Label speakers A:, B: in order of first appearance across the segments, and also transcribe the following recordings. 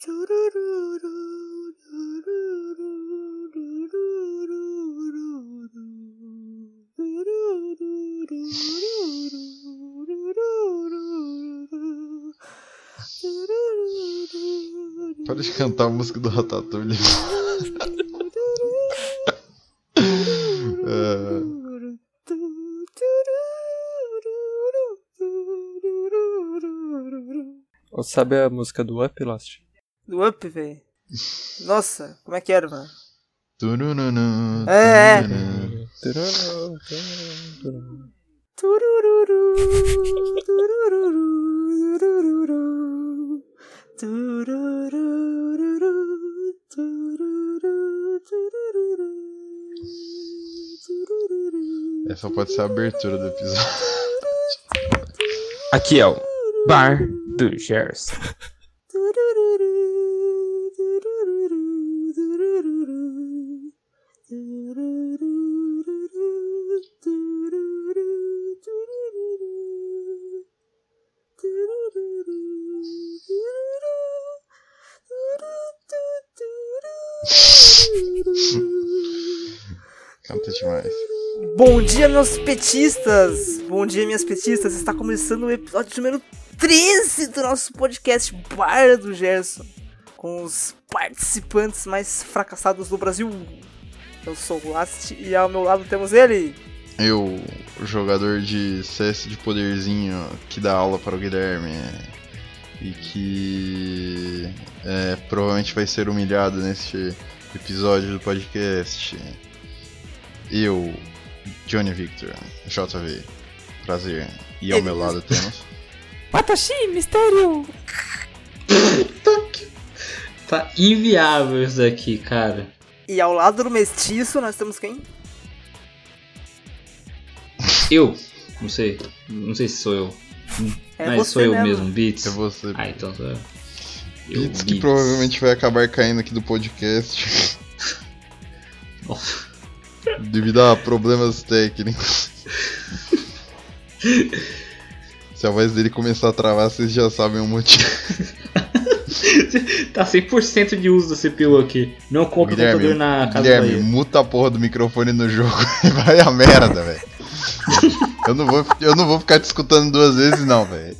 A: Para de cantar a música do Ratatouille.
B: Sabe a música do Up, Lost?
C: Do Up, velho. Nossa, como é que era, mano?
A: Essa pode ser a abertura do episódio.
D: Aqui é o Bar do Gerson.
A: Canta demais.
C: Bom dia, meus petistas! Bom dia, minhas petistas! Está começando o episódio número 13 do nosso podcast Bar do Gerson, com os participantes mais fracassados do Brasil. Eu sou o Last e ao meu lado temos ele.
A: Eu, o jogador de CS de poderzinho que dá aula para o Guilherme e que provavelmente vai ser humilhado neste episódio do podcast. Eu, Johnny Victor, JV, prazer. E ao meu lado temos...
D: Watashi, mistério! Tá inviável isso daqui, cara.
C: E ao lado do mestiço nós temos quem?
D: Eu? Não sei se sou eu. Mas sou eu mesmo, Beats.
A: É você.
D: Ah, então sou eu.
A: Beats que provavelmente vai acabar caindo aqui do podcast.
D: Nossa.
A: Devido a problemas técnicos. Se a voz dele começar a travar, vocês já sabem o motivo.
D: Tá 100% de uso da CPU aqui. Não compra o computador na casa da
A: Guilherme, muta a porra do microfone no jogo e vai a merda, velho. Eu não vou ficar te escutando duas vezes não, velho.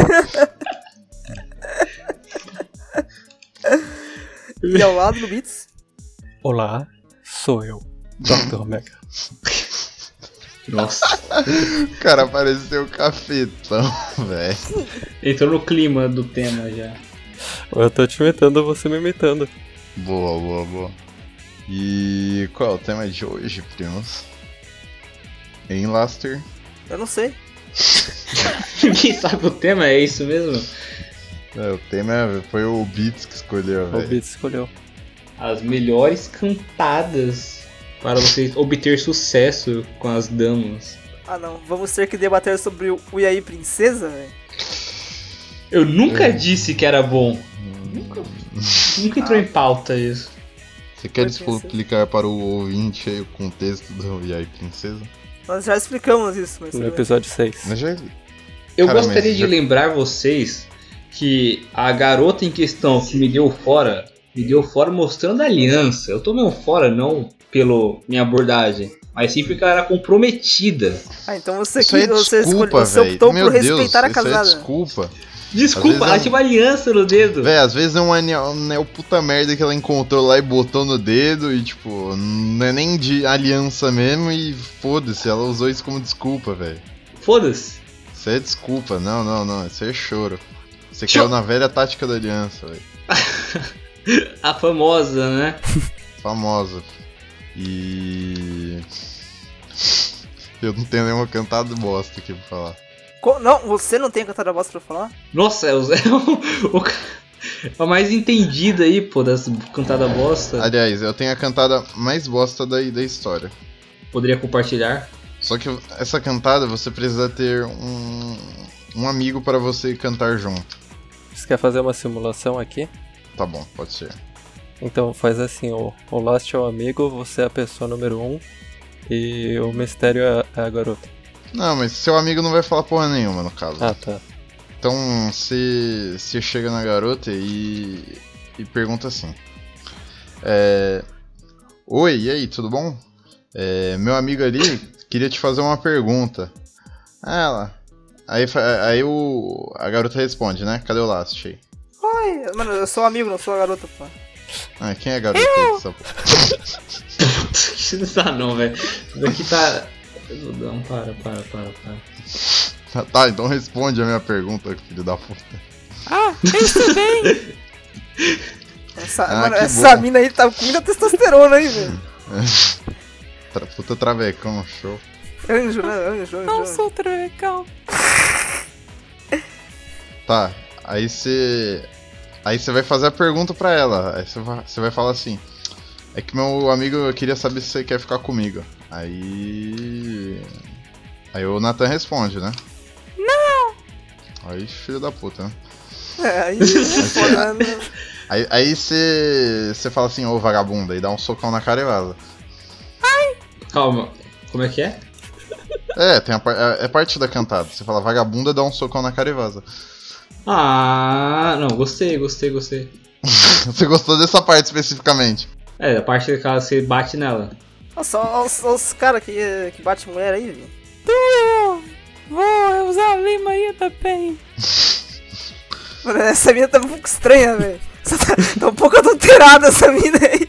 C: E ao lado do Beats?
B: Olá, sou eu, Dr. Omega.
D: Nossa.
A: O cara pareceu cafetão, velho.
D: Entrou no clima do tema já.
B: Eu tô te imitando, você me imitando.
A: Boa. E qual é o tema de hoje, primos? Em Laster?
C: Eu não sei.
D: Ninguém sabe o tema, é isso mesmo?
A: O tema foi o Beats que escolheu, velho.
B: O Beats escolheu.
D: As melhores cantadas para você obter sucesso com as damas.
C: Ah não, vamos ter que debater sobre o E aí, Princesa, velho?
D: Eu nunca disse que era bom. Nunca entrou em pauta isso.
A: Você quer explicar para o ouvinte aí o contexto do E aí, Princesa?
C: Nós já explicamos isso, mas...
B: No episódio 6.
D: Eu gostaria de lembrar vocês que a garota em questão que me deu fora mostrando a aliança. Eu tomei um fora não pela minha abordagem, mas sim porque ela era comprometida.
C: Ah, então você
A: Meu
C: optou por respeitar a casada.
A: Isso é
D: Desculpa, ela tinha uma aliança no dedo.
A: Véi, às vezes é um anel puta merda que ela encontrou lá e botou no dedo e tipo, não é nem de aliança mesmo e foda-se, ela usou isso como desculpa, velho.
D: Foda-se.
A: Isso é desculpa, não, isso é choro. Você caiu na velha tática da aliança, velho.
D: A famosa, né?
A: Famosa. E... eu não tenho nenhuma cantada bosta aqui pra falar.
C: Não, você não tem a cantada bosta pra falar?
D: Nossa, é a mais entendida aí, pô, das cantadas bosta.
A: Aliás, eu tenho a cantada mais bosta da história.
D: Poderia compartilhar?
A: Só que essa cantada você precisa ter um amigo para você cantar junto.
B: Você quer fazer uma simulação aqui?
A: Tá bom, pode ser.
B: Então faz assim, o Last é o amigo, você é a pessoa número 1 e o mistério é a garota.
A: Não, mas seu amigo não vai falar porra nenhuma no caso.
B: Ah, tá.
A: Então você chega na garota e e pergunta assim: Oi, e aí, tudo bom? Meu amigo ali queria te fazer uma pergunta. Aí a garota responde, né? Cadê o Last aí?
C: Oi, mano, eu sou amigo, não sou a garota, pô.
A: Quem é a garota?
D: Não tá não, velho. Isso daqui tá... Não, para.
A: Tá, então responde a minha pergunta, filho da puta.
C: Eu estudei! Essa mina aí tá com muita testosterona aí, velho.
A: Puta travecão, show.
C: Anjo, né? Anjo.
B: Não sou travecão.
A: Tá, aí você vai fazer a pergunta pra ela. Aí você vai falar assim: é que meu amigo queria saber se você quer ficar comigo. Aí o Nathan responde, né?
C: Não!
A: Aí, filho da puta, né? Aí você fala assim: ô vagabunda, e dá um socão na cara e vaza.
D: Calma, como é que é?
A: Tem é parte da cantada. Você fala vagabunda, dá um socão na cara e vaza.
D: Não, gostei.
A: Você gostou dessa parte especificamente?
D: A parte que você bate nela.
C: Nossa, os caras que bate mulher aí, velho.
B: Vou usar a lima aí também.
C: Mano, essa mina tá um pouco estranha, velho. Tá um pouco adulterada essa mina aí.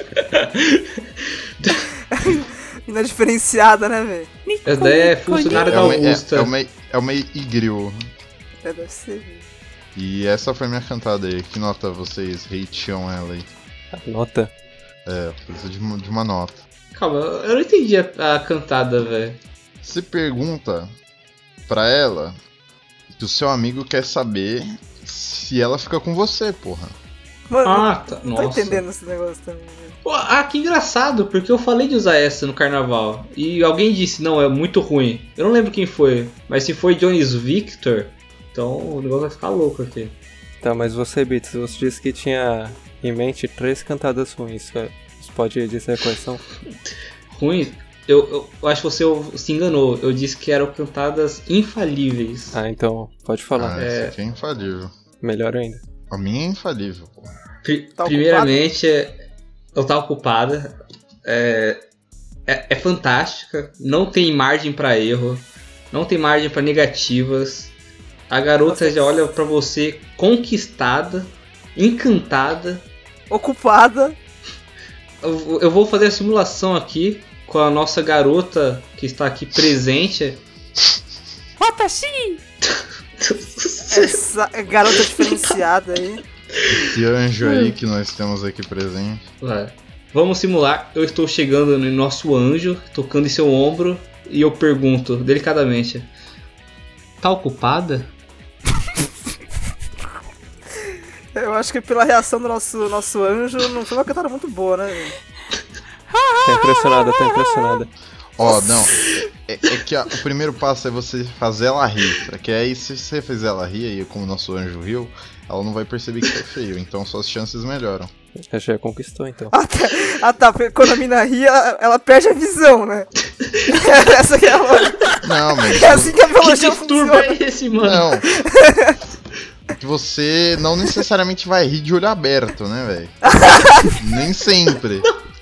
C: Mina diferenciada, né, velho?
D: Essa daí é funcionária da Augusta.
A: É uma igril.
C: Deve ser, velho.
A: E essa foi minha cantada aí. Que nota vocês hateam ela aí?
B: Nota?
A: Precisa de uma nota.
D: Calma, eu não entendi a cantada, velho.
A: Você pergunta pra ela que o seu amigo quer saber se ela fica com você, porra.
C: Mano,
D: Tá.
C: não tô entendendo esse negócio também, velho.
D: Que engraçado, porque eu falei de usar essa no carnaval. E alguém disse, não, é muito ruim. Eu não lembro quem foi, mas se foi Jones Victor, então o negócio vai ficar louco aqui.
B: Tá, mas você, Beats, você disse que tinha em mente 3 cantadas ruins. Você pode dizer quais são?
D: Ruins? Eu acho que você se enganou. Eu disse que eram cantadas infalíveis.
B: Então, pode falar.
A: Essa aqui é infalível.
B: Melhor ainda.
A: A minha é infalível, pô.
D: Primeiramente, eu tava ocupada. É fantástica. Não tem margem pra erro. Não tem margem pra negativas. A garota já olha pra você conquistada, encantada,
C: ocupada.
D: Eu vou fazer a simulação aqui com a nossa garota que está aqui presente.
B: Watashi!
C: Essa garota diferenciada aí.
A: Esse anjo aí que nós temos aqui presente.
D: Vamos simular. Eu estou chegando no nosso anjo, tocando em seu ombro, e eu pergunto delicadamente: tá ocupada?
C: Eu acho que pela reação do nosso anjo não foi uma cantada muito boa, né, velho?
B: Tá impressionada.
A: Não. É que o primeiro passo é você fazer ela rir. Porque aí se você fizer ela rir, aí como o nosso anjo riu, ela não vai perceber que foi feio. Então suas chances melhoram.
B: Já conquistou, então.
C: Tá. Quando a mina ri, ela perde a visão, né? Essa aqui é a lógica.
A: Não, mas...
C: É assim que a biologia funciona.
D: É esse, mano?
A: Não. Que você não necessariamente vai rir de olho aberto, né, velho? Nem sempre.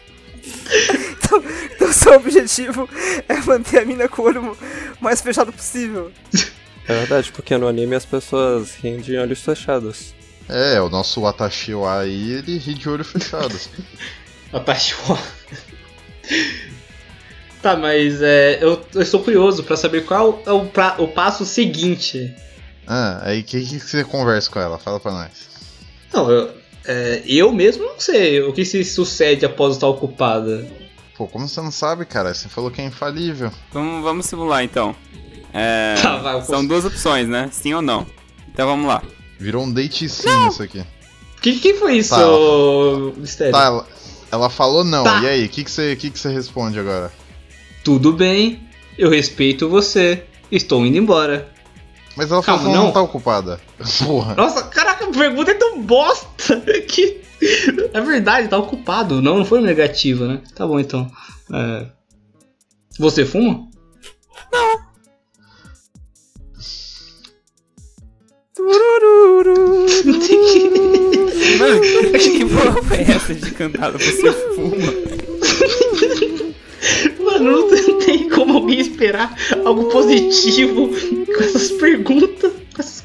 C: Então seu objetivo é manter a mina com o olho mais fechado possível.
B: É verdade, porque no anime as pessoas riem de olhos fechados.
A: O nosso Watashi aí, ele ri de olho fechado.
D: Watashi. Tá, mas eu estou curioso pra saber qual é o passo seguinte.
A: Aí o que você conversa com ela? Fala pra nós.
D: Não, eu mesmo não sei o que se sucede após estar ocupada.
A: Pô, como você não sabe, cara? Você falou que é infalível.
E: Vamos simular então.
D: São
E: 2 opções, né? Sim ou não. Então vamos lá.
A: Virou um date sim isso aqui.
D: Quem foi isso, Mistério?
A: Tá, ela falou não.
D: Tá.
A: E aí, o que você responde agora?
D: Tudo bem, eu respeito você. Estou indo embora.
A: Mas ela falou que ela não tá ocupada. Porra.
D: Nossa, caraca, a pergunta é tão bosta que... É verdade, tá ocupado. Não foi negativa, né? Tá bom, então. Você fuma?
C: Turururu.
E: Mano, que porra foi essa de cantada? Você fuma?
D: Mano, não tem como alguém esperar algo positivo com essas perguntas. Com essas...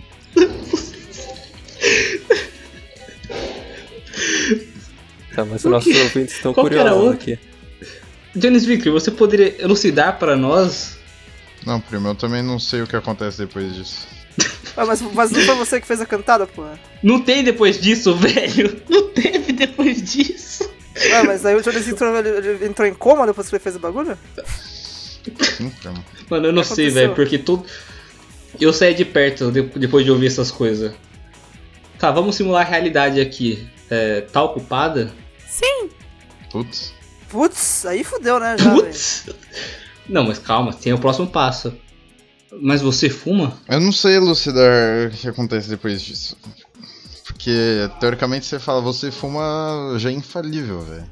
B: Tá, mas os nossos ouvintes estão
D: Qual que era
B: curiosos
D: outro?
B: aqui.
D: Jones Victor, você poderia elucidar para nós?
A: Não, primo, eu também não sei o que acontece depois disso.
C: Mas não foi você que fez a cantada, pô?
D: Não tem depois disso, velho. Não teve depois disso.
C: Ué, mas aí o Jones ele entrou em coma depois que ele fez o bagulho?
A: Sim, primo.
D: Mano, eu não sei,
C: aconteceu?
D: velho, porque tudo... Eu saí de perto depois de ouvir essas coisas. Tá, vamos simular a realidade aqui. Tá ocupada?
A: Putz.
C: Putz, aí fudeu, né, já, velho.
D: Putz! Não, mas calma, tem o próximo passo. Mas você fuma?
A: Eu não sei elucidar o que acontece depois disso. Porque, teoricamente, você fala, você fuma já é infalível, velho.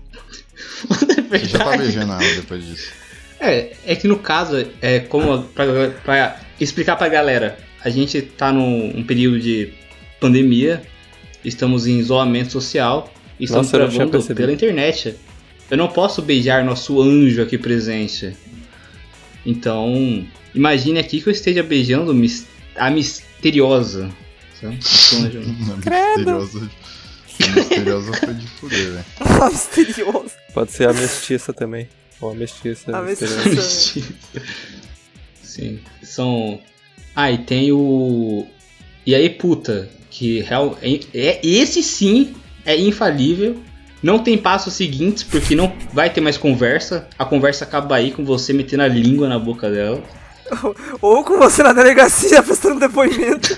D: É
A: Você já tá
D: verdade.
A: beijando ela depois disso.
D: É que no caso, como pra explicar pra galera, a gente tá num período de pandemia, estamos em isolamento social, e estamos
B: Nossa, eu não tinha
D: gravando
B: percebido.
D: pela internet. Eu não posso beijar nosso anjo aqui presente. Então, imagine aqui que eu esteja beijando a misteriosa. Sabe? Nosso anjo.
A: Misteriosa. Misteriosa foi de fuder, velho.
C: Ah, misterioso.
B: Pode ser a mestiça também. Ou a mestiça.
C: A
B: misteriosa.
C: mestiça.
D: Sim, são... Ah, e tem o... E aí, puta, que esse sim é infalível. Não tem passos seguintes, porque não vai ter mais conversa. A conversa acaba aí com você metendo a língua na boca dela.
C: Ou com você na delegacia prestando depoimento.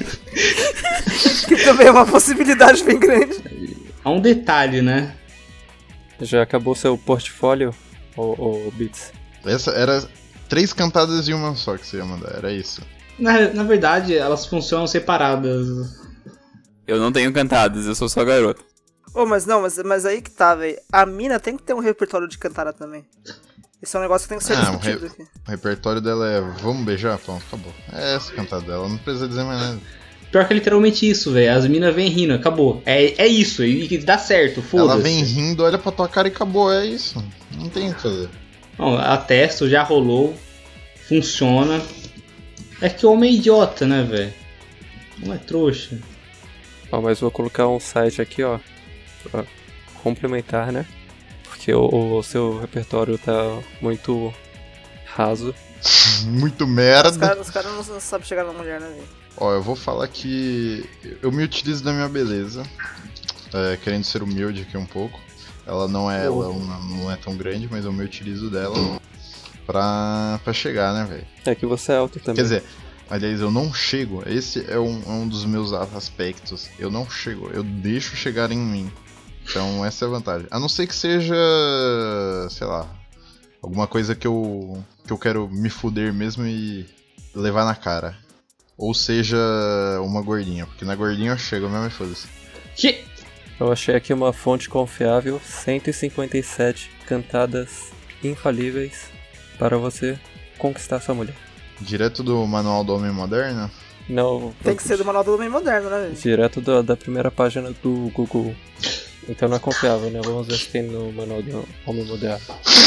C: Que também é uma possibilidade bem grande.
D: Há um detalhe, né?
B: Já acabou seu portfólio, ô Beats?
A: Essa era 3 cantadas e uma só que você ia mandar, era isso.
D: Na verdade, elas funcionam separadas.
E: Eu não tenho cantadas, eu sou só garoto.
C: Ô, mas aí que tá, velho. A mina tem que ter um repertório de cantada também. Esse é um negócio que tem que ser discutido aqui.
A: O repertório dela é vamos beijar? Pronto, acabou. É essa a cantada dela, não precisa dizer mais nada.
D: Pior que é literalmente isso, velho. As minas vêm rindo, acabou. É isso, e dá certo, foda-se.
A: Ela vem rindo, olha pra tua cara e acabou, é isso. Não tem o que fazer.
D: Não, atesto, já rolou. Funciona. É que o homem é idiota, né, velho? Não é trouxa.
B: Ó, mas vou colocar um site aqui, ó. Pra complementar, né? Porque o seu repertório tá muito raso.
A: Muito merda.
C: Os caras não sabem chegar na mulher, né, velho?
A: Ó, eu vou falar que eu me utilizo da minha beleza, querendo ser humilde aqui um pouco. Ela não é tão grande, mas eu me utilizo dela pra chegar, né, velho?
B: É que você é alto também.
A: Quer dizer, aliás, eu não chego. Esse é um dos meus aspectos. Eu não chego, eu deixo chegar em mim. Então essa é a vantagem. A não ser que seja, sei lá, alguma coisa que eu quero me fuder mesmo e levar na cara. Ou seja, uma gordinha, porque na gordinha eu chego mesmo e foda-se.
D: Que?
B: Eu achei aqui uma fonte confiável, 157 cantadas infalíveis para você conquistar sua mulher.
A: Direto do Manual do Homem Moderno?
B: Não,
C: Tem que ser do manual do homem moderno, né, velho?
B: direto da primeira página do Google. Então não é confiável, né? Vamos ver se tem no manual do Homem Moderno.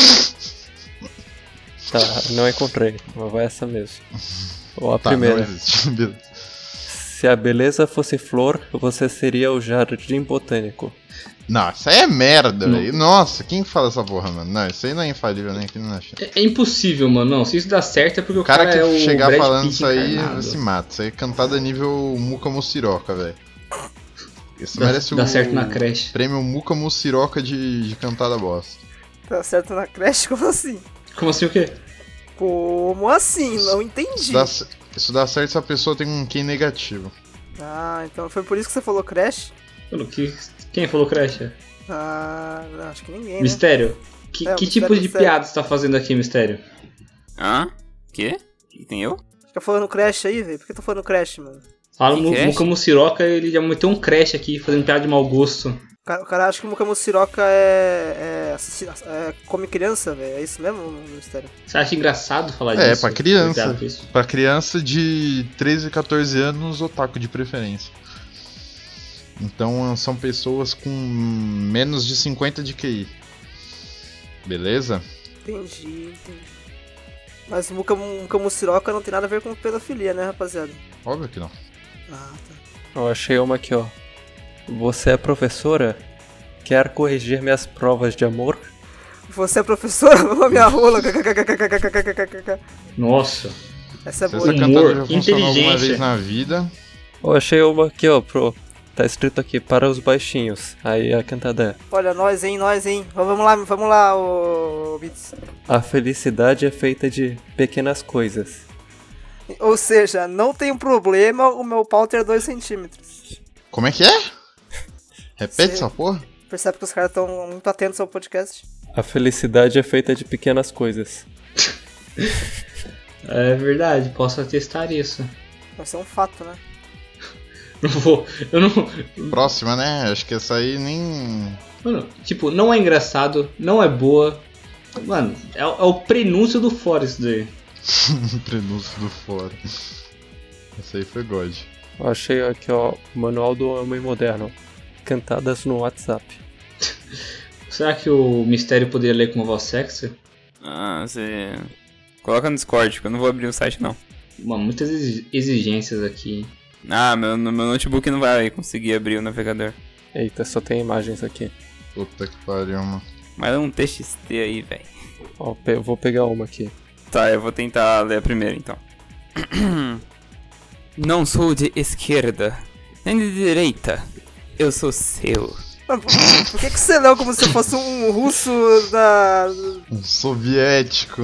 B: Tá, não encontrei, mas vai essa mesmo. Ou a
A: Tá,
B: primeira.
A: não existe. Beleza.
B: Se a beleza fosse flor, você seria o jardim botânico.
A: Não, isso aí é merda,
D: Não.
A: velho. Nossa, quem fala essa porra, mano? Não, isso aí não é infalível nem aqui, não é.
D: É impossível, mano. Não, se isso dá certo é porque
A: O cara que
D: é o
A: chegar
D: Brad
A: falando
D: Pitt
A: isso aí
D: encarnado.
A: se mata. Isso aí é cantada nível Muca Muciroca, velho. Isso merece
D: Dá
A: o
D: certo na creche.
A: prêmio Muca Muciroca de cantada bosta.
C: Tá certo na creche? Como assim?
D: Como assim o quê?
C: Como assim? Não entendi.
A: Isso dá certo se a pessoa tem um QI negativo.
C: Ah, então foi por isso que você falou creche?
D: Mano, quem falou creche?
C: Ah, não, acho que ninguém, né?
D: Mistério? Que
C: Mistério,
D: tipo de
C: Mistério.
D: piada você tá fazendo aqui, Mistério?
E: Hã? Quê? Que tem eu?
C: Fica falando creche aí, velho. Por que tá falando creche, mano?
D: Fala
E: Que
D: no
E: creche?
D: Muca Muciroca, ele já meteu um creche aqui, fazendo piada de mau gosto.
C: O cara acha que o Muka Musiroca é come criança, velho. É isso mesmo, Mistério?
D: Você acha engraçado falar disso?
A: É, pra criança. Pra criança de 13, 14 anos, otaku de preferência. Então são pessoas com menos de 50 de QI. Beleza?
C: Entendi. Mas o Muka Musiroca não tem nada a ver com pedofilia, né, rapaziada?
A: Óbvio que não.
C: Ah, tá.
B: Eu achei uma aqui, ó. Você é professora? Quer corrigir minhas provas de amor?
C: Você é professora? Vamos minha rola.
D: Nossa.
C: Essa é
A: Se
C: boa.
A: essa cantada já funcionou alguma vez na vida.
B: Eu achei uma aqui, ó, tá escrito aqui, para os baixinhos. Aí a cantada é:
C: Olha, nós, hein. Vamos lá, ô Bits.
B: a felicidade é feita de pequenas coisas.
C: Ou seja, não tem problema o meu pau ter 2 centímetros.
A: Como é que é? Repete essa porra?
C: Percebe que os caras estão muito atentos ao podcast.
B: A felicidade é feita de pequenas coisas.
D: É verdade, posso atestar isso.
C: Vai ser um fato, né?
D: Eu não.
A: Próxima, né? Acho que essa aí nem.
D: Mano, tipo, não é engraçado, não é boa. Mano, é o prenúncio do fora isso daí.
A: Prenúncio do fora. Essa aí foi God.
B: Eu achei aqui, ó, o manual do homem moderno. Cantadas no WhatsApp.
D: Será que o Mistério poderia ler com uma voz sexy?
E: Ah, você... Coloca no Discord, porque eu não vou abrir o site, não.
D: Mano, muitas exigências aqui.
E: Ah, meu notebook não vai conseguir abrir o navegador.
B: Eita, só tem imagens aqui.
A: Puta que pariu, mano.
E: Mas é um TXT aí, velho.
B: Ó, eu vou pegar uma aqui.
E: Tá, eu vou tentar ler a primeira, então. Não sou de esquerda, nem de direita. Eu sou seu.
C: Mano, por que você leu como se fosse um russo da...
A: Um soviético.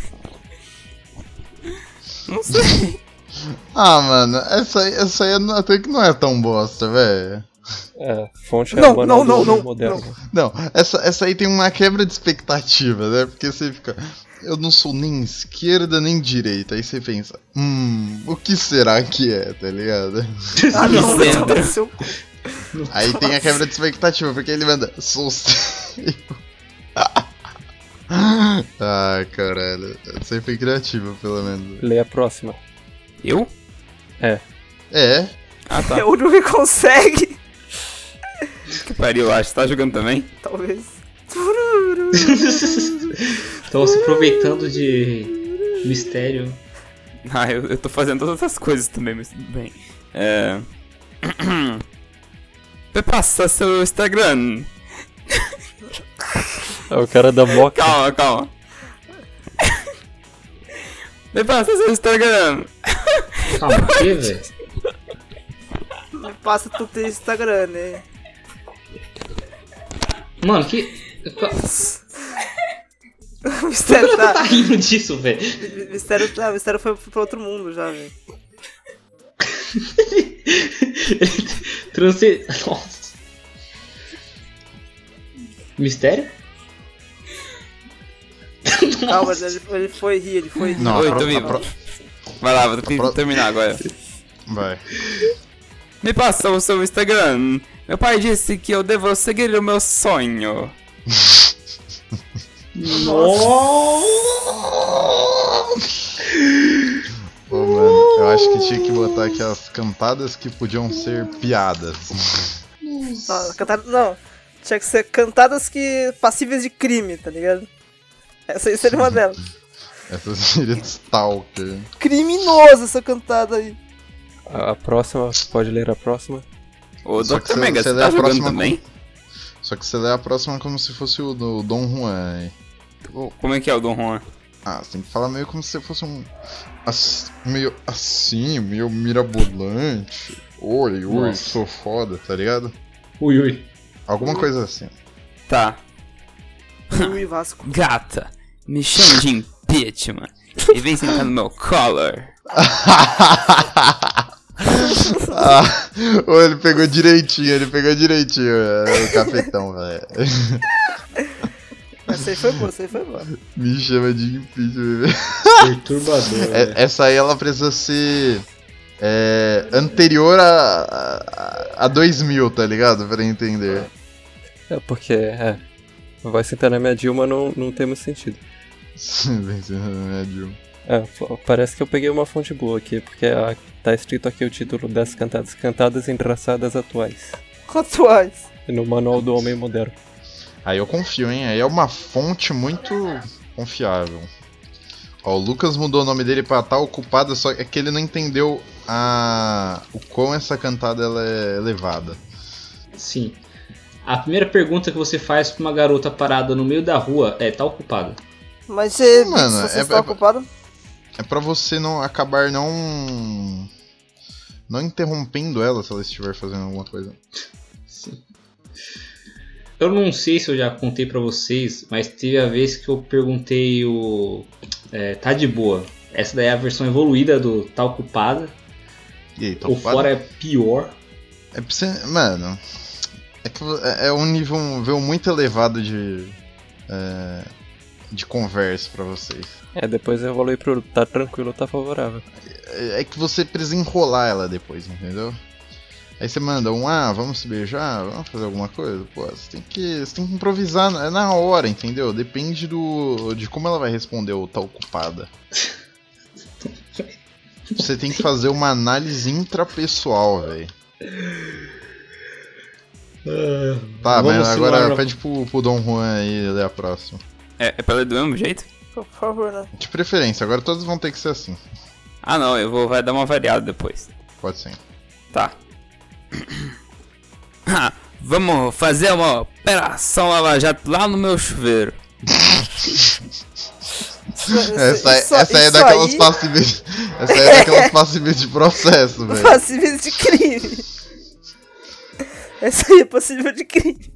E: Não sei.
A: Ah, mano, essa aí até que não é tão bosta, velho.
B: É, fonte é
C: Não,
B: o manual
C: não,
B: do homem
C: não,
B: moderno.
A: Não, essa aí tem uma quebra de expectativa, né? Porque você fica... Eu não sou nem esquerda nem direita. Aí você pensa... o que será que é, tá ligado?
C: Ah, não,
E: Dentro.
C: seu...
A: Aí tem a quebra de expectativa, porque ele manda... Sou seu. Ai, caralho. Essa aí foi criativa, pelo menos.
B: Lê a próxima.
E: Eu?
A: É.
E: Ah, tá.
C: É o único que consegue.
E: Que pariu, acho. Você tá jogando também?
C: Talvez.
D: Estão se aproveitando de Mistério.
E: Ah, eu tô fazendo todas essas coisas também, mas tudo bem. Me passa seu Instagram.
B: É o cara da moca.
E: Calma. Me passa seu Instagram.
D: Calma, o que, velho?
C: Me passa tu teu Instagram, né?
D: Mano, que.
C: O Mistério
D: Por que tá
C: tá...
D: rindo disso, velho?
C: O Mistério foi pro outro mundo já, velho.
D: Nossa. Mistério?
C: Calma, ele foi rir.
A: Não,
E: Oi, tô vivo. Vai lá, vou terminar agora.
A: Vai.
E: Me passa o seu Instagram. Meu pai disse que eu devo seguir o meu sonho.
A: Pô, mano, eu acho que tinha que botar aqui as cantadas que podiam ser piadas.
C: Não, tinha que ser cantadas que passíveis de crime, tá ligado? Essa aí seria uma delas.
A: Essa seria de Stalker.
C: Criminosa essa cantada aí.
B: A próxima, pode ler a próxima?
E: Ô,
A: Só que
E: Dr. Mega,
A: você
E: você
A: lê
E: tá
A: a
E: jogando
A: próxima
E: também?
A: Só que você lê a próxima como se fosse o do Dom Juan. Hein?
E: Como é que é o Dom Juan?
A: Ah, você tem que falar meio como se fosse um... meio assim, meio mirabolante. Oi,
D: Nossa.
A: sou foda, tá ligado?
D: Ui.
A: Alguma coisa assim.
E: Tá.
C: Ui, Vasco.
E: Gata, me chama de impeachment e vem sentar no meu collar.
A: Ele pegou direitinho, o capitão, velho.
C: Essa aí foi boa.
A: Me chama de impeachment.
D: Perturbador. velho.
A: Essa aí ela precisa ser anterior a 2000, tá ligado? Pra entender.
B: É porque, vai sentar na minha Dilma não tem muito sentido.
A: Vai sentar na minha Dilma.
B: Parece que eu peguei uma fonte boa aqui, porque tá escrito aqui o título das cantadas engraçadas atuais.
C: Atuais.
B: No Manual do Homem Moderno.
A: Aí eu confio, hein? Aí é uma fonte muito confiável. Ó, o Lucas mudou o nome dele pra Tá Ocupada, só é que ele não entendeu o quão essa cantada ela é elevada.
D: Sim. A primeira pergunta que você faz pra uma garota parada no meio da rua é: tá ocupada?
C: Mas você está ocupado?
A: É pra você não acabar não interrompendo ela se ela estiver fazendo alguma coisa.
D: Sim. Eu não sei se eu já contei pra vocês, mas teve a vez que eu perguntei tá de boa. Essa daí é a versão evoluída do tá ocupada.
A: E aí, tá
D: o
A: ocupado?
D: fora é pior.
A: É pra você... Mano... É que é um nível muito elevado de conversa pra vocês.
B: Depois eu evolui pro tá tranquilo, tá favorável.
A: É que você precisa enrolar ela depois, entendeu? Aí você manda vamos se beijar, vamos fazer alguma coisa? Pô, você tem que improvisar na hora, entendeu? Depende de como ela vai responder o tá ocupada. Você tem que fazer uma análise intrapessoal, velho. Tá, mas agora pede pro Dom Juan aí ler a próxima.
E: É pra ler do mesmo jeito?
C: Por favor, né?
A: De preferência, agora todos vão ter que ser assim.
E: Ah não, vai dar uma variada depois.
A: Pode ser.
E: Tá. Vamos fazer uma operação Lava Jato lá no meu chuveiro.
A: Essa aí é daquelas passíveis. Essa aí é daquelas passíveis de processo, velho.
C: Passíveis de crime. Essa aí é passível de crime.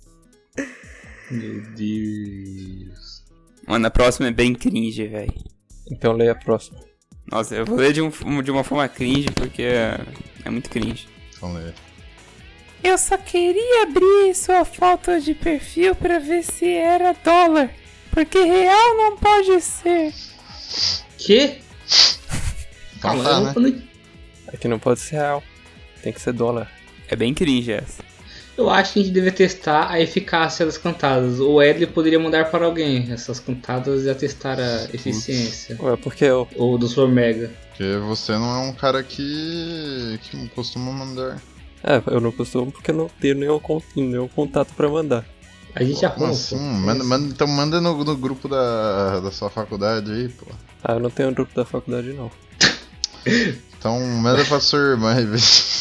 D: Meu Deus.
E: Mano, a próxima é bem cringe, velho.
B: Então leia a próxima.
E: Nossa, eu vou ler de uma forma cringe porque é muito cringe.
A: Vamos ler.
E: Eu só queria abrir sua foto de perfil pra ver se era dólar. Porque real não pode ser.
D: Que?
A: Então tá, né?
B: Aqui não pode ser real. Tem que ser dólar.
E: É bem cringe essa.
D: Eu acho que a gente deve testar a eficácia das cantadas. O Edley poderia mandar para alguém essas cantadas e atestar a eficiência.
B: Ué, porque eu...
D: Ou do Sr. Mega.
A: Porque você não é um cara que costuma mandar.
B: Eu não costumo porque não tenho nenhum contato pra mandar.
D: A gente arruma.
A: Assim? Então manda no grupo da sua faculdade aí, pô.
B: Eu não tenho grupo da faculdade, não.
A: Então manda pra sua irmã e vê.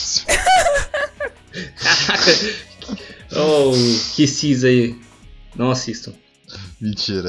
D: Caraca! Oh, que cis aí. Não assistam.
A: Mentira.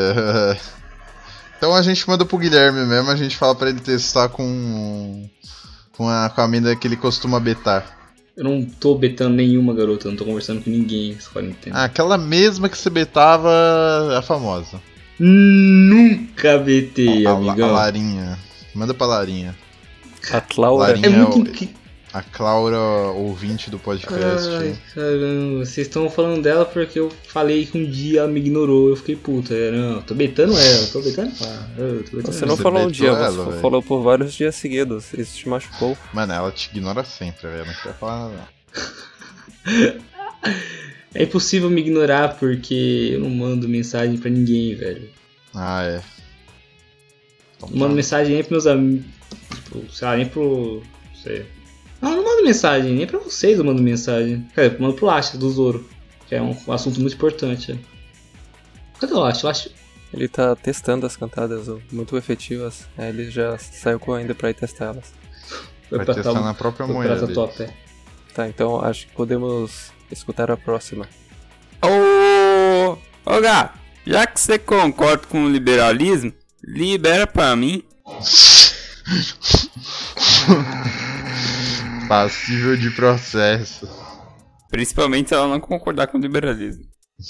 A: Então a gente manda pro Guilherme mesmo, a gente fala pra ele testar com a mina que ele costuma betar.
D: Eu não tô betando nenhuma garota, eu não tô conversando com ninguém essa quarentena.
A: Aquela mesma que você betava, a famosa.
D: Nunca betei, amigão.
A: A Larinha. Manda pra Larinha.
B: A Cláudia.
A: Larinha
D: É muito incrível.
A: A Cláudia, ouvinte do podcast.
D: Ai, caramba, vocês estão falando dela porque eu falei que um dia ela me ignorou, eu fiquei puta. Não, tô betando ela, tô betando ela.
B: Você não falou um dia, você falou por vários dias seguidos, isso te machucou.
A: Mano, ela te ignora sempre, velho, não quer falar nada não.
D: É impossível me ignorar porque eu não mando mensagem pra ninguém, velho.
A: Ah, é. Então,
D: não mando mensagem nem pros meus amigos, tipo, sei lá, nem pro... sei. Não mando mensagem, nem pra vocês eu mando mensagem. Cara, eu mando pro Lacha, do Zoro, que é um assunto muito importante. Cadê o Lacha?
B: Ele tá testando as cantadas muito efetivas, aí ele já saiu correndo pra ir testar elas.
A: Vai testar na própria moeda dele.
D: Top, é.
B: Tá, então acho que podemos escutar a próxima.
E: Ô gato, já que você concorda com o liberalismo, libera pra mim.
A: Passível de processo.
E: Principalmente se ela não concordar com o liberalismo.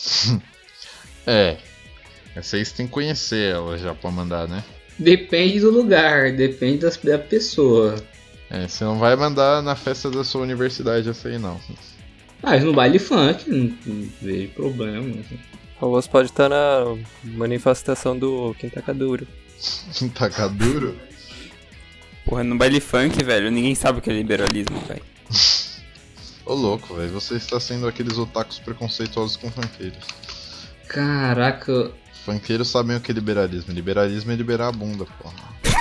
A: Vocês têm que conhecer ela já pra mandar, né?
D: Depende do lugar, depende da pessoa.
A: Você não vai mandar na festa da sua universidade essa aí, não.
D: Mas no baile funk, não vejo problema.
B: Ou você pode estar na manifestação do Quintacaduro.
A: Quintacaduro?
E: Porra, no baile funk, velho, ninguém sabe o que é liberalismo, velho.
A: Ô louco, velho, você está sendo aqueles otakus preconceituosos com funkeiros.
D: Caraca.
A: Funkeiros sabem o que é liberalismo. Liberalismo é liberar a bunda, porra.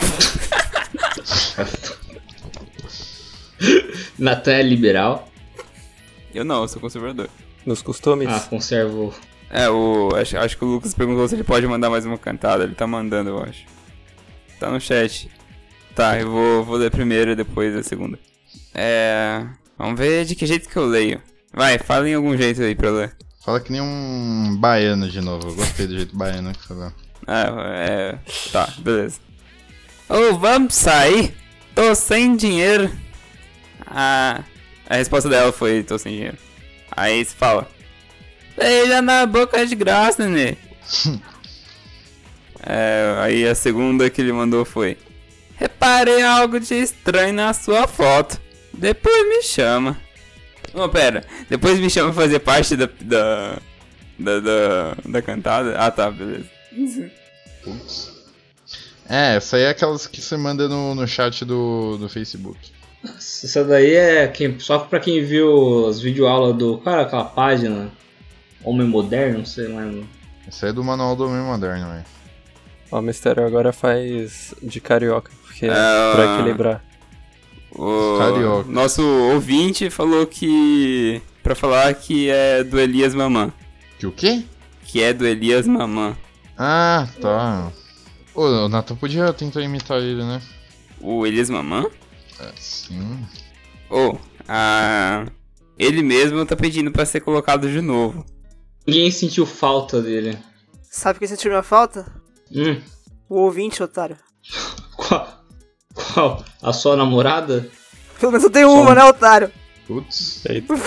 D: Natan é liberal.
F: Eu não, eu sou conservador.
B: Nos costumes.
D: Ah, conservo.
F: Acho que o Lucas perguntou se ele pode mandar mais uma cantada. Ele tá mandando, eu acho. Tá no chat. Tá, eu vou ler primeiro e depois a segunda. Vamos ver de que jeito que eu leio. Vai, fala em algum jeito aí pra eu ler.
A: Fala que nem um baiano de novo. Eu gostei do jeito baiano que você dá.
F: Tá, beleza. Vamos sair? Tô sem dinheiro. A resposta dela foi: tô sem dinheiro. Aí você fala: beija na boca de graça, né? Aí a segunda que ele mandou foi: reparei algo de estranho na sua foto. Depois me chama. Não, pera. Depois me chama pra fazer parte da cantada. Ah, tá, beleza.
A: Putz. Essa aí é aquelas que você manda no chat do Facebook.
D: Essa daí é só pra quem viu as videoaulas do... Cara, aquela página Homem Moderno, não sei lá.
A: Essa aí é do Manual do Homem Moderno, velho.
B: O Mistério agora faz de carioca, porque pra equilibrar.
F: O nosso ouvinte falou que... Pra falar que é do Elias Mamã.
A: Que o quê?
F: Que é do Elias Mamã.
A: Ah, tá. O Nathan podia tentar imitar ele, né?
F: O Elias Mamã?
A: Sim.
F: Ele mesmo tá pedindo pra ser colocado de novo.
D: Ninguém sentiu falta dele.
C: Sabe quem sentiu minha falta? O ouvinte, otário.
D: Qual? A sua namorada?
C: Pelo menos eu tenho uma, né, otário?
A: Putz.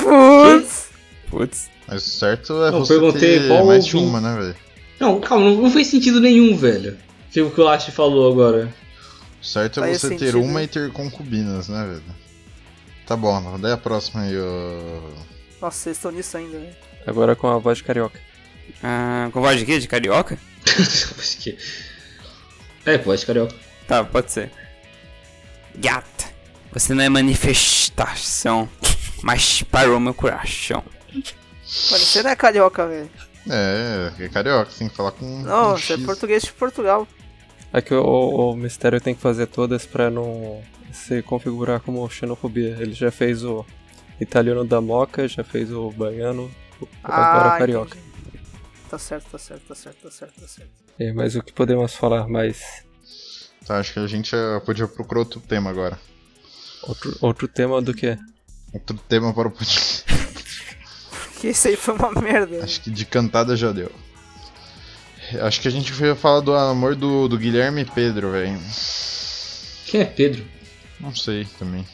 F: Putz.
A: Mas o certo é
D: Não,
A: você
D: perguntei
A: ter
D: qual
A: mais de
D: ouvinte.
A: uma, né, velho?
D: Não, calma, não fez sentido nenhum, velho. O que o Lash falou agora.
A: O certo é
C: Faz
A: você ter
C: sentido,
A: uma
C: né?
A: e ter concubinas, né, velho? Tá bom, daí a próxima aí,
C: Nossa, vocês estão nisso ainda, né?
B: Agora com a voz de carioca.
F: Com voz de quê? De carioca?
D: Pode ser carioca.
F: Tá, pode ser. Gata, você não é manifestação, mas parou meu coração.
C: Mano, você não é carioca, velho.
A: É carioca, tem que falar com.
C: Não,
A: com
C: você é
A: X.
C: português de Portugal.
B: É que o Mistério tem que fazer todas pra não se configurar como xenofobia. Ele já fez o italiano da Moca, já fez o baiano, agora o carioca.
C: Entendi. Tá certo.
B: Mas o que podemos falar mais?
A: Tá, acho que a gente podia procurar outro tema agora.
B: Outro tema do que?
A: Outro tema para o podcast.
C: Porque isso aí foi uma merda.
A: Acho que de cantada já deu. Acho que a gente foi falar do amor do Guilherme e Pedro, velho.
D: Quem é Pedro?
A: Não sei também.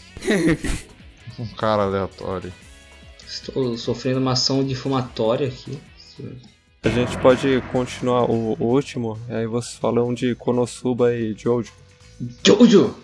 A: Um cara aleatório.
D: Estou sofrendo uma ação difamatória aqui.
B: A gente pode continuar o último, aí vocês falam de Konosuba e Jojo.
D: Jojo!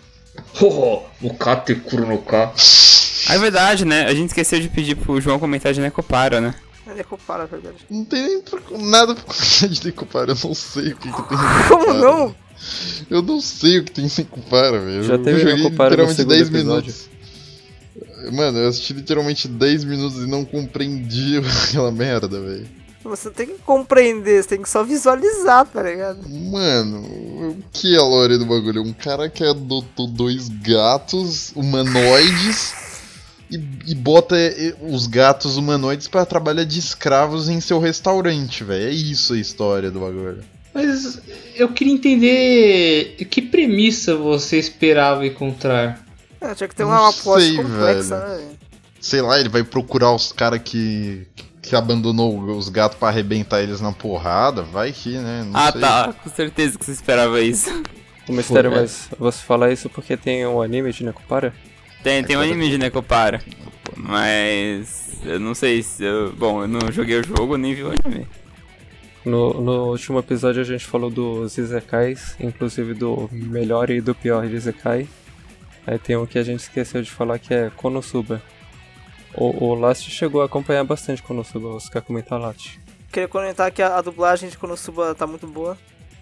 D: Mukate Kurunoka.
F: É verdade, né? A gente esqueceu de pedir pro João comentar de Necopara, né?
C: Ele é culpado, é verdade.
A: Não tem nem nada pra comentar de Necopara, eu não sei o que tem em Necopara.
C: Como não?
A: Eu não sei o que tem em Necopara, velho.
B: Já teve
A: joguei
B: Necopara no
A: literalmente
B: segundo
A: 10
B: episódio.
A: minutos. Mano, eu assisti literalmente 10 minutos e não compreendi aquela merda, velho.
C: Você tem que compreender, você tem que só visualizar, tá ligado?
A: Mano, o que é a lore do bagulho? Um cara que adotou 2 gatos humanoides e bota os gatos humanoides pra trabalhar de escravos em seu restaurante, velho. É isso a história do bagulho.
D: Mas eu queria entender que premissa você esperava encontrar.
C: Tinha que ter
A: Não
C: uma plot
A: sei,
C: complexa,
A: velho.
C: né, velho?
A: Sei lá, ele vai procurar os caras que abandonou os gatos pra arrebentar eles na porrada. Vai que, né? Não sei.
F: Tá, com certeza que você esperava isso.
B: O Mistério,
D: Pô,
B: mas você fala isso porque tem um anime de Necopara?
F: Tem um anime de Necopara, mas eu não sei se eu não joguei o jogo, nem vi o anime.
B: No último episódio a gente falou dos Isekais, inclusive do melhor e do pior Isekai. Aí tem um que a gente esqueceu de falar que é Konosuba. O Last chegou a acompanhar bastante Konosuba, você quer comentar, Last?
C: Queria comentar que a dublagem de Konosuba tá muito boa.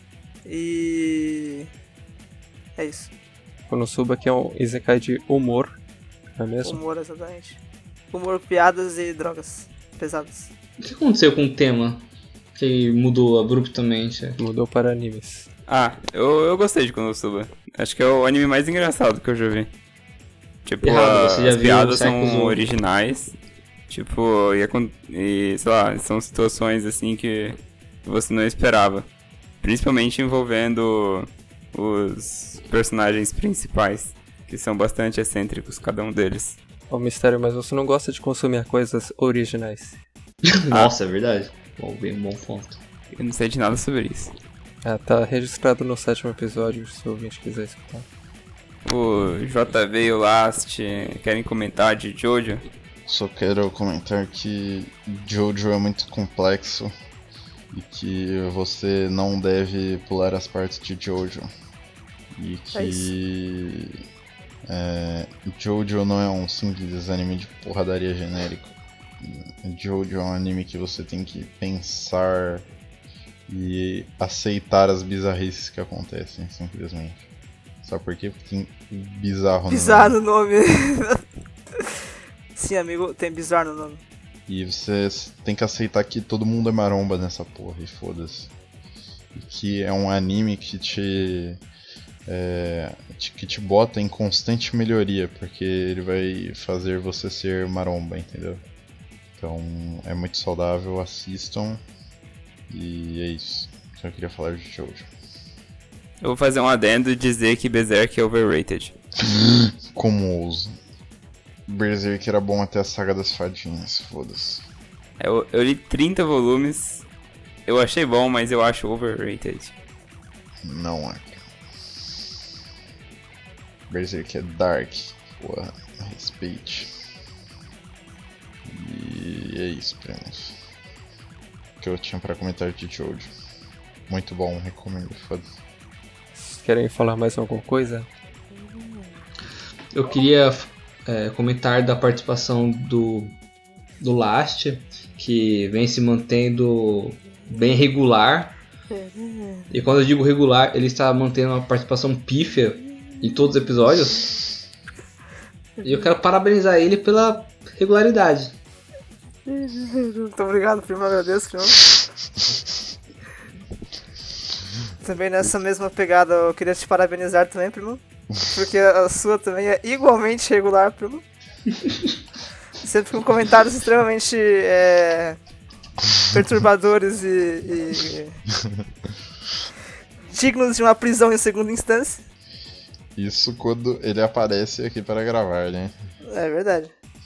C: E... é isso.
B: Konosuba que é um Isekai de humor, não é mesmo?
C: Humor, exatamente. humor, piadas e drogas pesadas.
D: O que aconteceu com o tema? Que mudou abruptamente.
B: Mudou para animes.
F: Eu gostei de Konosuba. Acho que é o anime mais engraçado que eu já vi. Tipo,
D: Errado, você já
F: as
D: viu
F: piadas
D: o
F: são
D: Psycho Zone.
F: originais. Tipo, e sei lá, são situações assim que você não esperava. Principalmente envolvendo os personagens principais, que são bastante excêntricos, cada um deles.
B: Ó, mistério, mas você não gosta de consumir coisas originais.
D: Nossa, é verdade. Bom, bem bom ponto.
F: Eu não sei de nada sobre isso.
B: Tá registrado no 7º episódio, se o ouvinte quiser escutar.
F: O JV e o Last querem comentar de Jojo?
A: Só quero comentar que Jojo é muito complexo e que você não deve pular as partes de Jojo. E que Jojo não é um simples anime de porradaria genérico. Jojo é um anime que você tem que pensar e aceitar as bizarrices que acontecem, simplesmente. Sabe por quê? Porque tem bizarro no
C: Bizarro no nome. Sim, amigo, tem bizarro no nome.
A: E você tem que aceitar que todo mundo é maromba nessa porra, e foda-se. E que é um anime que te bota em constante melhoria, porque ele vai fazer você ser maromba, entendeu? Então é muito saudável, assistam. E é isso. Só queria falar de Jojo.
F: Eu vou fazer um adendo e dizer que Berserk é overrated.
A: Como ouso. Berserk era bom até a saga das fadinhas, foda-se.
F: Eu li 30 volumes, eu achei bom, mas eu acho overrated.
A: Não é. Berserk é dark, porra, respeite. E é isso, primos. O que eu tinha pra comentar de Jojo. Muito bom, recomendo, foda-se.
B: Querem falar mais alguma coisa?
D: Eu queria comentar da participação do Last, que vem se mantendo bem regular. E quando eu digo regular, ele está mantendo uma participação pífia em todos os episódios. E eu quero parabenizar ele pela regularidade.
C: Muito obrigado, primo, agradeço, primo. Também nessa mesma pegada eu queria te parabenizar também, primo. Porque a sua também é igualmente regular, primo. Sempre com comentários extremamente perturbadores e dignos de uma prisão em segunda instância.
A: Isso quando ele aparece aqui para gravar, né?
C: É verdade.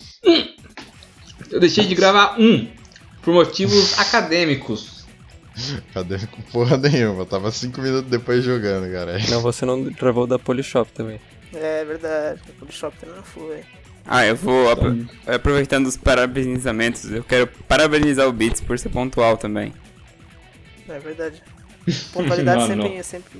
D: Eu deixei de gravar por motivos acadêmicos.
A: Acadêmico porra nenhuma, eu tava 5 minutos depois jogando, cara.
B: Não, você não gravou da Polishop também.
C: É verdade, o Polishop também não foi.
F: Eu vou, aproveitando os parabenizamentos, eu quero parabenizar o Beats por ser pontual também.
C: É verdade. Pontualidade
D: Não.
C: sempre.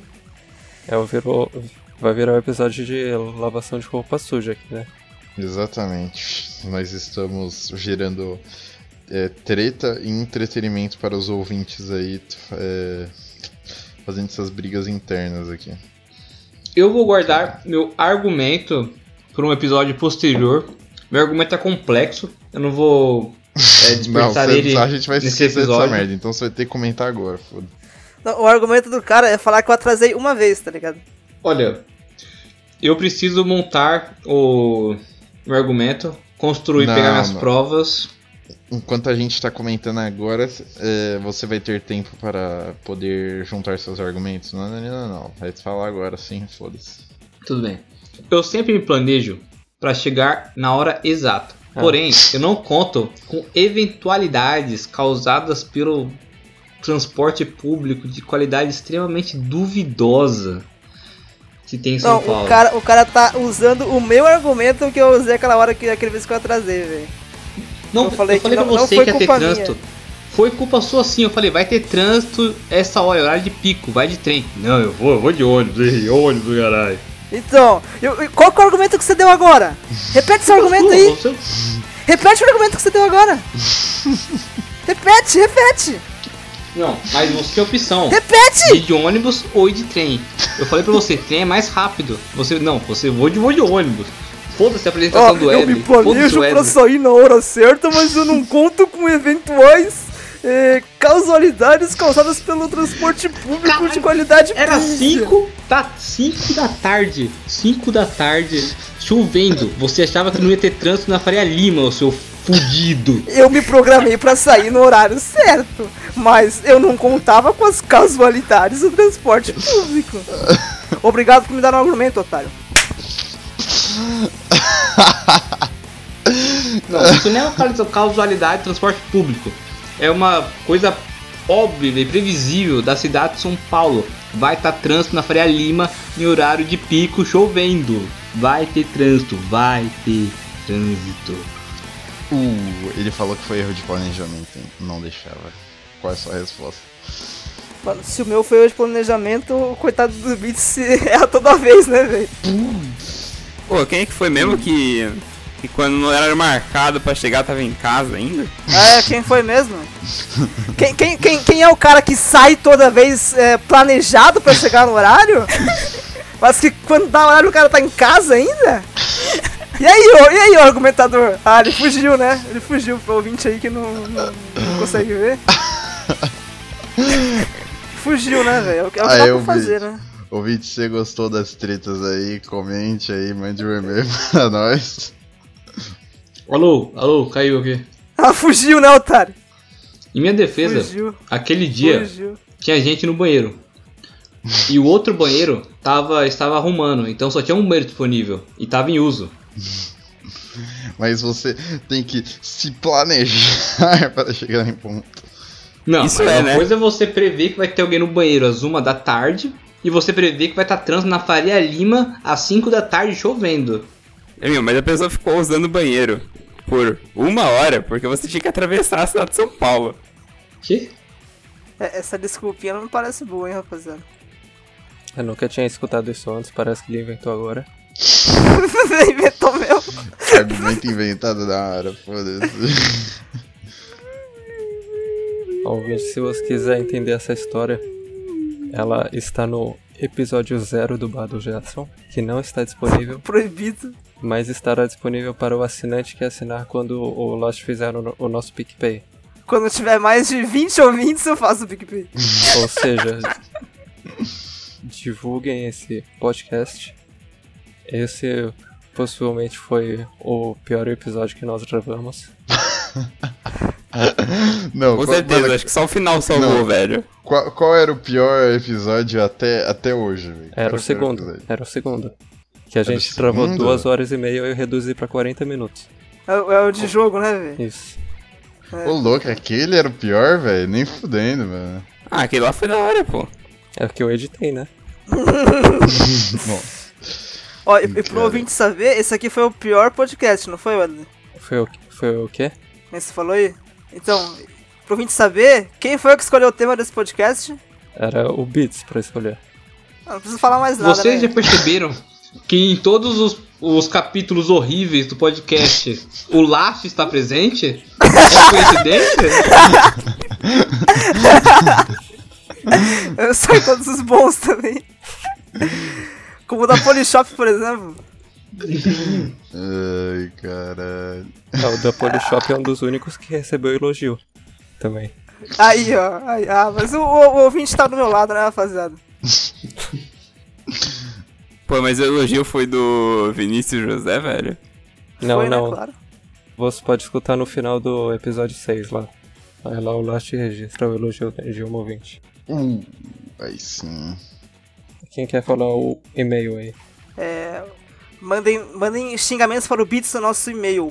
B: Vai virar um episódio de lavação de roupa suja aqui, né?
A: Exatamente. Nós estamos gerando treta e entretenimento para os ouvintes aí, fazendo essas brigas internas aqui.
D: Eu vou guardar meu argumento para um episódio posterior. Meu argumento é complexo, eu não vou desperdiçar ele
A: a gente vai
D: nesse
A: esquecer dessa
D: episódio.
A: merda, então você vai ter que comentar agora, foda.
C: Não, o argumento do cara é falar que eu atrasei uma vez, tá ligado?
D: Olha, eu preciso montar o meu argumento, construir, pegar minhas provas.
A: Enquanto a gente tá comentando agora, você vai ter tempo para poder juntar seus argumentos? Não. Vai falar agora sim, foda-se.
D: Tudo bem. Eu sempre me planejo para chegar na hora exata. Porém, eu não conto com eventualidades causadas pelo transporte público de qualidade extremamente duvidosa que tem em São Paulo.
C: O cara tá usando o meu argumento que eu usei aquela vez que eu atrasei, velho.
D: Não, eu falei pra você que ia ter trânsito. Minha. Foi culpa sua sim, eu falei, vai ter trânsito essa hora, horário de pico, vai de trem. Não, eu vou de ônibus, caralho.
C: Então, qual que é o argumento que você deu agora? Repete seu argumento aí. Repete o argumento que você deu agora. Repete.
D: Não, mas você tem opção.
C: Repete!
D: Ir de ônibus ou ir de trem. Eu falei pra você, trem é mais rápido. Você vou de ônibus. Foda-se a apresentação do Wesley.
C: Eu me planejo pra sair na hora certa, mas eu não conto com eventuais causalidades causadas pelo transporte público de qualidade.
D: Era 5 da tarde. 5 da tarde, chovendo. Você achava que não ia ter trânsito na Faria Lima, o seu fudido.
C: Eu me programei pra sair no horário certo, mas eu não contava com as casualidades do transporte público. Obrigado por me dar um argumento, otário.
D: Não, isso não é uma causalidade de transporte público. É uma coisa óbvia e previsível da cidade de São Paulo. Vai estar trânsito na Faria Lima em horário de pico chovendo. Vai ter trânsito, vai ter trânsito.
A: Ele falou que foi erro de planejamento, hein? Não deixava. Qual é a sua resposta?
C: Mano, se o meu foi erro de planejamento, o coitado do Beats erra toda vez, né, velho?
F: Pô, quem é que foi mesmo que quando não era marcado pra chegar tava em casa ainda?
C: Quem foi mesmo? Quem é o cara que sai toda vez planejado pra chegar no horário? Mas que quando dá horário o cara tá em casa ainda? E aí, o argumentador? Ele fugiu, né? Ele fugiu pro ouvinte aí que não consegue ver. Fugiu, né, velho? É o que dá pra fazer, né?
A: Ouvinte, se você gostou das tretas aí, comente aí, mande um e-mail pra nós.
D: Alô, caiu aqui.
C: Fugiu, né, otário?
D: Em minha defesa, aquele dia tinha gente no banheiro. E o outro banheiro estava arrumando, então só tinha um banheiro disponível e estava em uso.
A: Mas você tem que se planejar para chegar em ponto.
D: Não,
F: isso
D: mas
F: né?
D: Coisa é você prever que vai ter alguém no banheiro às 1 da tarde e você prever que vai estar trânsito na Faria Lima às 5 da tarde chovendo.
F: Mas a pessoa ficou usando o banheiro por 1 hora porque você tinha que atravessar a cidade de São Paulo.
D: Que?
C: Essa desculpinha não me parece boa, hein, rapaziada?
B: Eu nunca tinha escutado isso antes, parece que ele inventou agora.
C: Inventou mesmo.
A: Argumento inventado da hora, foda-se.
B: Ouvinte, se você quiser entender essa história, ela está no episódio 0 do Bar do Gerson, que não está disponível.
C: Proibido.
B: Mas estará disponível para o assinante que assinar quando o Lost fizer o nosso PicPay.
C: Quando tiver mais de 20 ouvintes, eu faço o PicPay.
B: Ou seja, divulguem esse podcast. Esse possivelmente foi o pior episódio que nós gravamos.
F: Não, com certeza, acho que só o final salvou, velho.
A: Qual era o pior episódio até hoje, velho?
B: Era o segundo. Que a gente gravou 2 horas e meia e eu reduzi pra 40 minutos.
C: É o de jogo, né, velho?
B: Isso.
A: Ô, louco, aquele era o pior, velho? Nem fudendo, mano.
F: Aquele lá foi da hora, pô.
B: É o que eu editei, né?
A: Nossa.
C: Ó, e pro ouvinte saber, esse aqui foi o pior podcast, não foi, Wesley?
B: Foi o quê?
C: Você falou aí? Então, pro ouvinte saber, quem foi que escolheu o tema desse podcast?
B: Era o Beats pra escolher.
C: Não precisa falar mais nada,
D: Vocês
C: né?
D: já perceberam que em todos os capítulos horríveis do podcast, o Last está presente? É coincidência?
C: Eu sei todos os bons também. Como o da Polishop, por exemplo.
A: Ai, caralho.
B: O da Polishop é um dos únicos que recebeu elogio também.
C: Aí, ó. Mas o ouvinte tá do meu lado, né, rapaziada?
F: Pô, mas o elogio foi do Vinícius José, velho?
B: Não,
C: Foi,
B: não.
C: Né, claro.
B: Você pode escutar no final do episódio 6 lá. Aí lá o Last registra o elogio de um ouvinte.
A: Aí sim.
B: Quem quer falar o e-mail aí?
C: Mandem xingamentos para o Beats no nosso e-mail,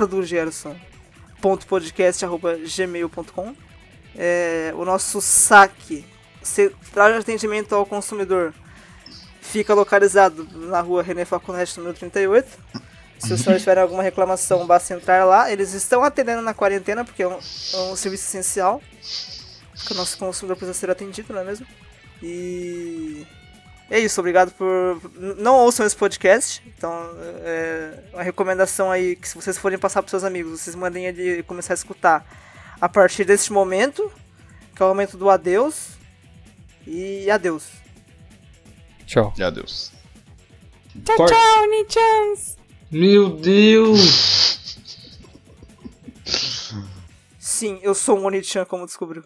C: bardogerson.podcast@gmail.com. O nosso saque, central de atendimento ao consumidor, fica localizado na rua René Falconet, número 38. Se os senhores tiverem alguma reclamação, basta entrar lá. Eles estão atendendo na quarentena, porque é um serviço essencial, que o nosso consumidor precisa ser atendido, não é mesmo? E é isso, obrigado por... Não ouçam esse podcast, então uma recomendação aí, que se vocês forem passar para seus amigos, vocês mandem ele começar a escutar a partir deste momento, que é o momento do adeus, e adeus.
B: Tchau.
A: E adeus.
E: Tchau, tchau, Nichans!
D: Meu Deus!
C: Sim, eu sou um Oni-chan, como descobriu.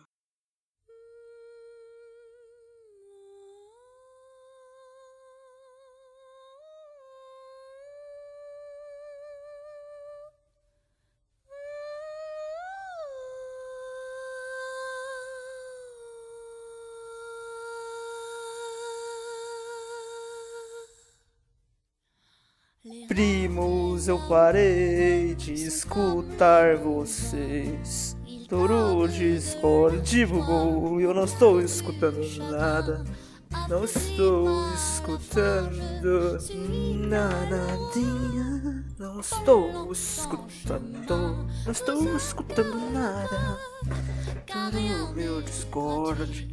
C: Primos, eu parei de escutar vocês. Touro Discord bugou e eu não estou escutando nada. Não estou escutando nadinha. Não estou escutando. Não estou escutando nada. Cadê o meu Discord?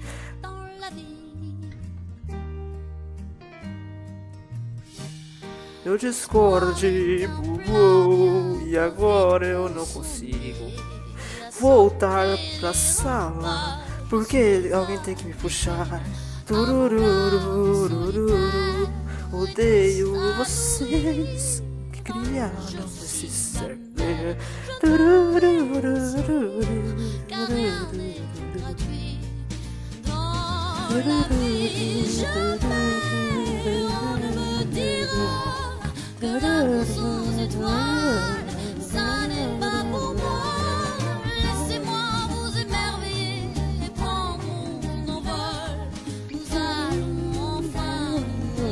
C: Meu Discord bugou e agora eu não consigo voltar pra sala, porque alguém tem que me puxar. Tururururururu. Odeio vocês que criaram esse server.
G: Ça n'est pas pour moi. Laissez-moi vous émerveiller et prendre mon envol. Nous allons enfin nous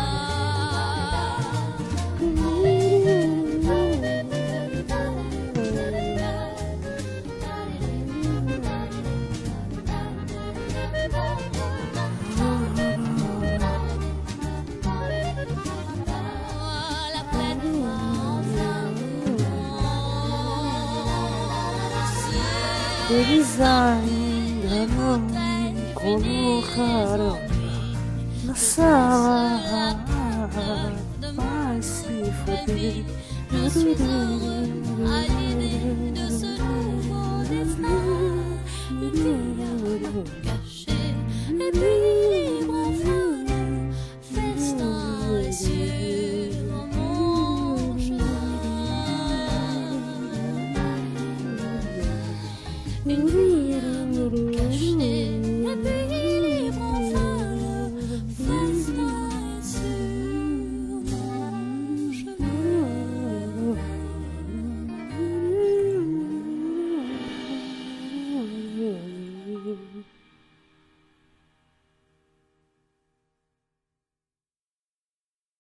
C: Eles ainda não me colocaram na sala, vai se foder.
G: à l'idée de ce nouveau destin.